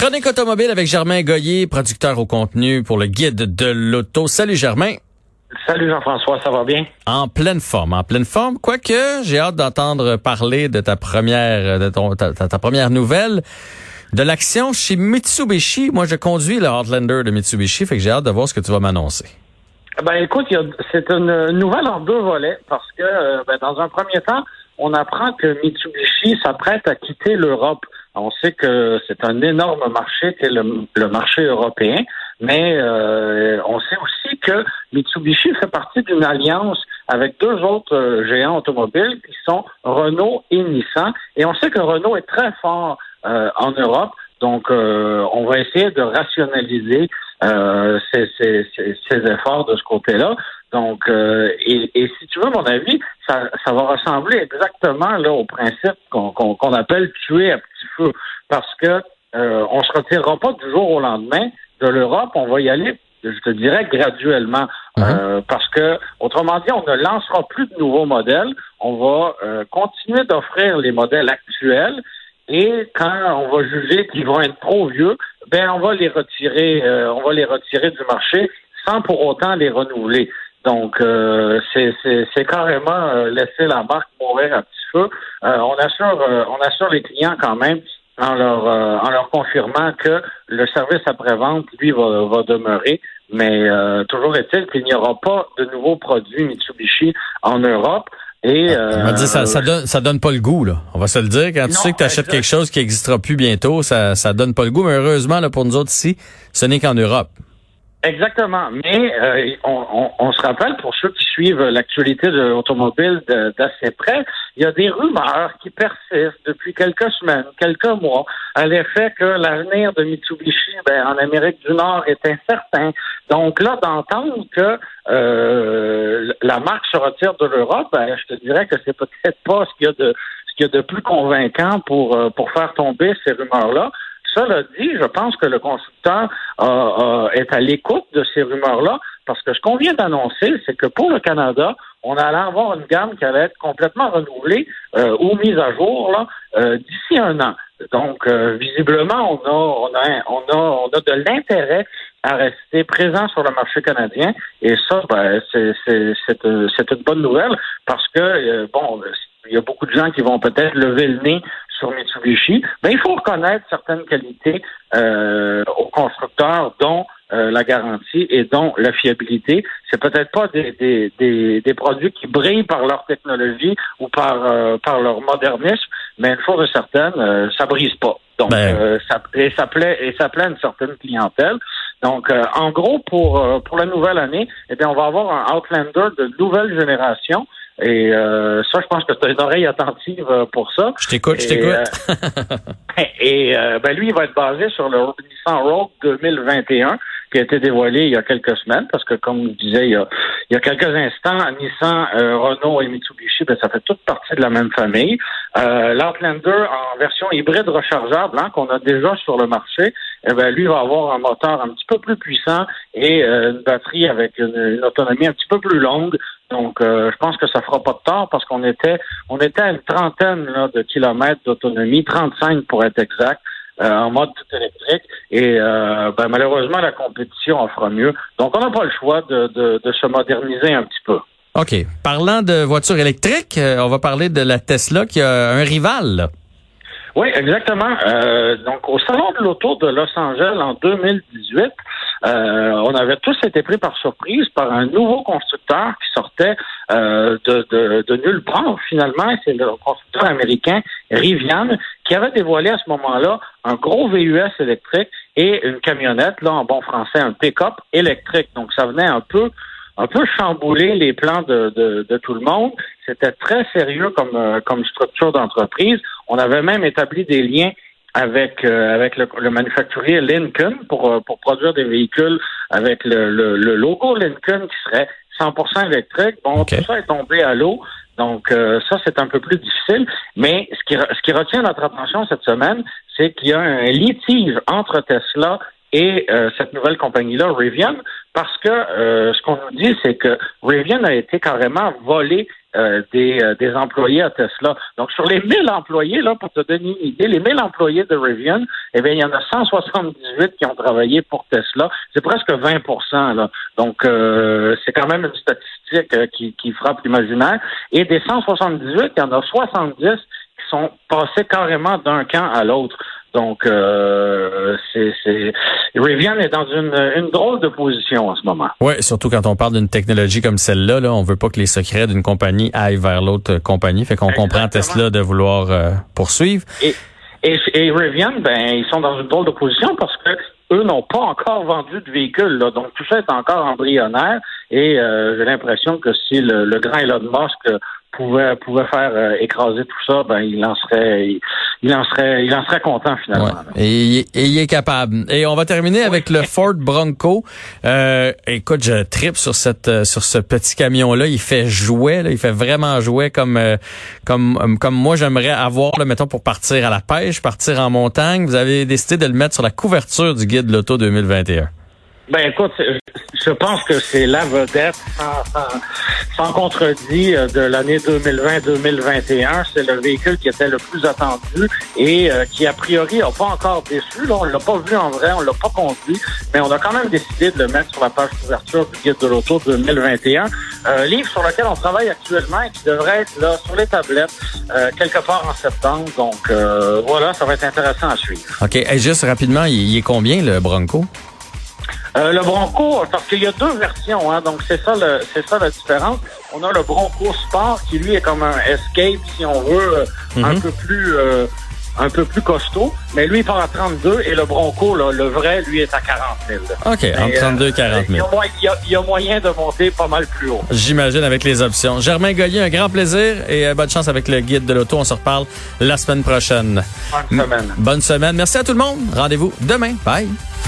Chronique automobile avec Germain Goyer, producteur au contenu pour le Guide de l'auto. Salut Germain. Salut Jean-François, ça va bien? En pleine forme. Quoique, j'ai hâte d'entendre parler de ta première, ta première nouvelle, de l'action chez Mitsubishi. Moi, je conduis le Outlander de Mitsubishi, fait que j'ai hâte de voir ce que tu vas m'annoncer. Ben écoute, c'est une nouvelle en deux volets parce que dans un premier temps, on apprend que Mitsubishi s'apprête à quitter l'Europe. On sait que c'est un énorme marché qui est le marché européen, mais on sait aussi que Mitsubishi fait partie d'une alliance avec deux autres géants automobiles qui sont Renault et Nissan. Et on sait que Renault est très fort en Europe, donc on va essayer de rationaliser ces efforts de ce côté-là. Donc, et si tu veux mon avis, ça va ressembler exactement là au principe qu'on appelle tuer à petit feu, parce que on se retirera pas du jour au lendemain de l'Europe. On va y aller, je te dirais, graduellement, parce que autrement dit, on ne lancera plus de nouveaux modèles. On va continuer d'offrir les modèles actuels. Et quand on va juger qu'ils vont être trop vieux, on va les retirer du marché sans pour autant les renouveler. Donc c'est carrément laisser la marque mourir à petit feu. On assure les clients quand même en leur confirmant que le service après-vente, lui, va demeurer. Mais toujours est-il qu'il n'y aura pas de nouveaux produits Mitsubishi en Europe. Et on va dire, ça donne pas le goût, là. On va se le dire. Quand tu sais que tu achètes quelque chose qui n'existera plus bientôt, ça donne pas le goût. Mais heureusement, là, pour nous autres ici, ce n'est qu'en Europe. Exactement. Mais on se rappelle, pour ceux qui suivent l'actualité de l'automobile d'assez près, il y a des rumeurs qui persistent depuis quelques semaines, quelques mois, à l'effet que l'avenir de Mitsubishi en Amérique du Nord est incertain. Donc là, d'entendre que la marque se retire de l'Europe, je te dirais que c'est peut-être pas ce qu'il y a de plus convaincant pour faire tomber ces rumeurs-là. Cela dit, je pense que le constructeur est à l'écoute de ces rumeurs-là, parce que ce qu'on vient d'annoncer, c'est que pour le Canada, on allait avoir une gamme qui allait être complètement renouvelée ou mise à jour là d'ici un an. Donc, visiblement, on a de l'intérêt à rester présent sur le marché canadien, et ça, c'est une bonne nouvelle, parce que il y a beaucoup de gens qui vont peut-être lever le nez sur Mitsubishi, mais il faut reconnaître certaines qualités aux constructeurs, dont la garantie et dont la fiabilité. C'est peut-être pas des produits qui brillent par leur technologie ou par leur modernisme, mais une chose est certaine, ça brise pas. Donc ça plaît à une certaine clientèle. Donc en gros, pour la nouvelle année, on va avoir un Outlander de nouvelle génération. Et ça, je pense que tu as une oreille attentive pour ça. Je t'écoute. Lui, il va être basé sur le Nissan Rogue 2021 qui a été dévoilé il y a quelques semaines, parce que, comme je disais il y a quelques instants, Nissan, Renault et Mitsubishi, ça fait toute partie de la même famille. L'Outlander en version hybride rechargeable, qu'on a déjà sur le marché, lui va avoir un moteur un petit peu plus puissant et une batterie avec une autonomie un petit peu plus longue. Donc, je pense que ça fera pas de tort, parce qu'on était à une trentaine de kilomètres d'autonomie, 35 pour être exact, en mode tout électrique. Et malheureusement, la compétition en fera mieux. Donc, on n'a pas le choix de se moderniser un petit peu. OK. Parlant de voitures électriques, on va parler de la Tesla qui a un rival, là. Oui, exactement. Donc, au Salon de l'Auto de Los Angeles en 2018, on avait tous été pris par surprise par un nouveau constructeur qui sortait de nulle part, finalement. C'est le constructeur américain Rivian, qui avait dévoilé à ce moment-là un gros VUS électrique et une camionnette, là, en bon français, un pick-up électrique. Donc, ça venait un peu chambouler les plans de tout le monde. C'était très sérieux comme structure d'entreprise. On avait même établi des liens avec le manufacturier Lincoln pour produire des véhicules avec le logo Lincoln qui serait 100% électrique. Bon, okay. Tout ça est tombé à l'eau. Donc, ça, c'est un peu plus difficile. Mais ce qui retient notre attention cette semaine, c'est qu'il y a un litige entre Tesla et cette nouvelle compagnie-là, Rivian, parce que ce qu'on nous dit, c'est que Rivian a été carrément volé des employés à Tesla. Donc, sur les 1000 employés, là, pour te donner une idée, les 1000 employés de Rivian, eh bien, il y en a 178 qui ont travaillé pour Tesla. C'est presque 20%, là. Donc, c'est quand même une statistique qui frappe l'imaginaire. Et des 178, il y en a 70 qui sont passés carrément d'un camp à l'autre. Donc, Rivian est dans une drôle de position en ce moment. Oui, surtout quand on parle d'une technologie comme celle-là, là, on veut pas que les secrets d'une compagnie aillent vers l'autre compagnie. Fait qu'on comprend Tesla de vouloir poursuivre. Et Rivian, ils sont dans une drôle de position parce que eux n'ont pas encore vendu de véhicules, là. Donc, tout ça est encore embryonnaire. Et j'ai l'impression que si le grand Elon Musk pouvait faire écraser tout ça, il en serait content finalement. Ouais. Et il est capable. Et on va terminer avec le Ford Bronco. Écoute, je trippe sur ce petit camion là. Il fait jouet, là. Il fait vraiment jouet comme moi j'aimerais avoir, là, mettons, pour partir à la pêche, partir en montagne. Vous avez décidé de le mettre sur la couverture du guide de l'auto 2021. Écoute, je pense que c'est la vedette sans contredit de l'année 2020-2021. C'est le véhicule qui était le plus attendu et qui, a priori, n'a pas encore déçu. Là, on l'a pas vu en vrai, on l'a pas conduit, mais on a quand même décidé de le mettre sur la page couverture du guide de l'auto 2021. Livre sur lequel on travaille actuellement et qui devrait être là sur les tablettes quelque part en septembre. Donc, voilà, ça va être intéressant à suivre. OK. Et juste rapidement, il est combien, le Bronco? Le Bronco, parce qu'il y a deux versions, hein, donc c'est ça la différence. On a le Bronco Sport qui lui est comme un Escape, si on veut, un peu plus costaud, mais lui il part à 32 et le Bronco, là, le vrai, lui est à 40 000. OK, entre 32 et 40 000. Il y a moyen de monter pas mal plus haut. J'imagine avec les options. Germain Gagné, un grand plaisir et bonne chance avec le guide de l'auto. On se reparle la semaine prochaine. Bonne semaine. Bonne semaine. Merci à tout le monde. Rendez-vous demain. Bye.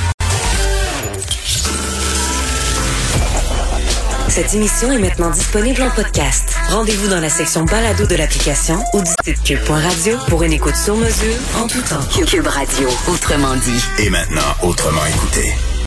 Cette émission est maintenant disponible en podcast. Rendez-vous dans la section balado de l'application ou du site cube.radio pour une écoute sur mesure en tout temps. Cube Radio, autrement dit. Et maintenant, autrement écouté.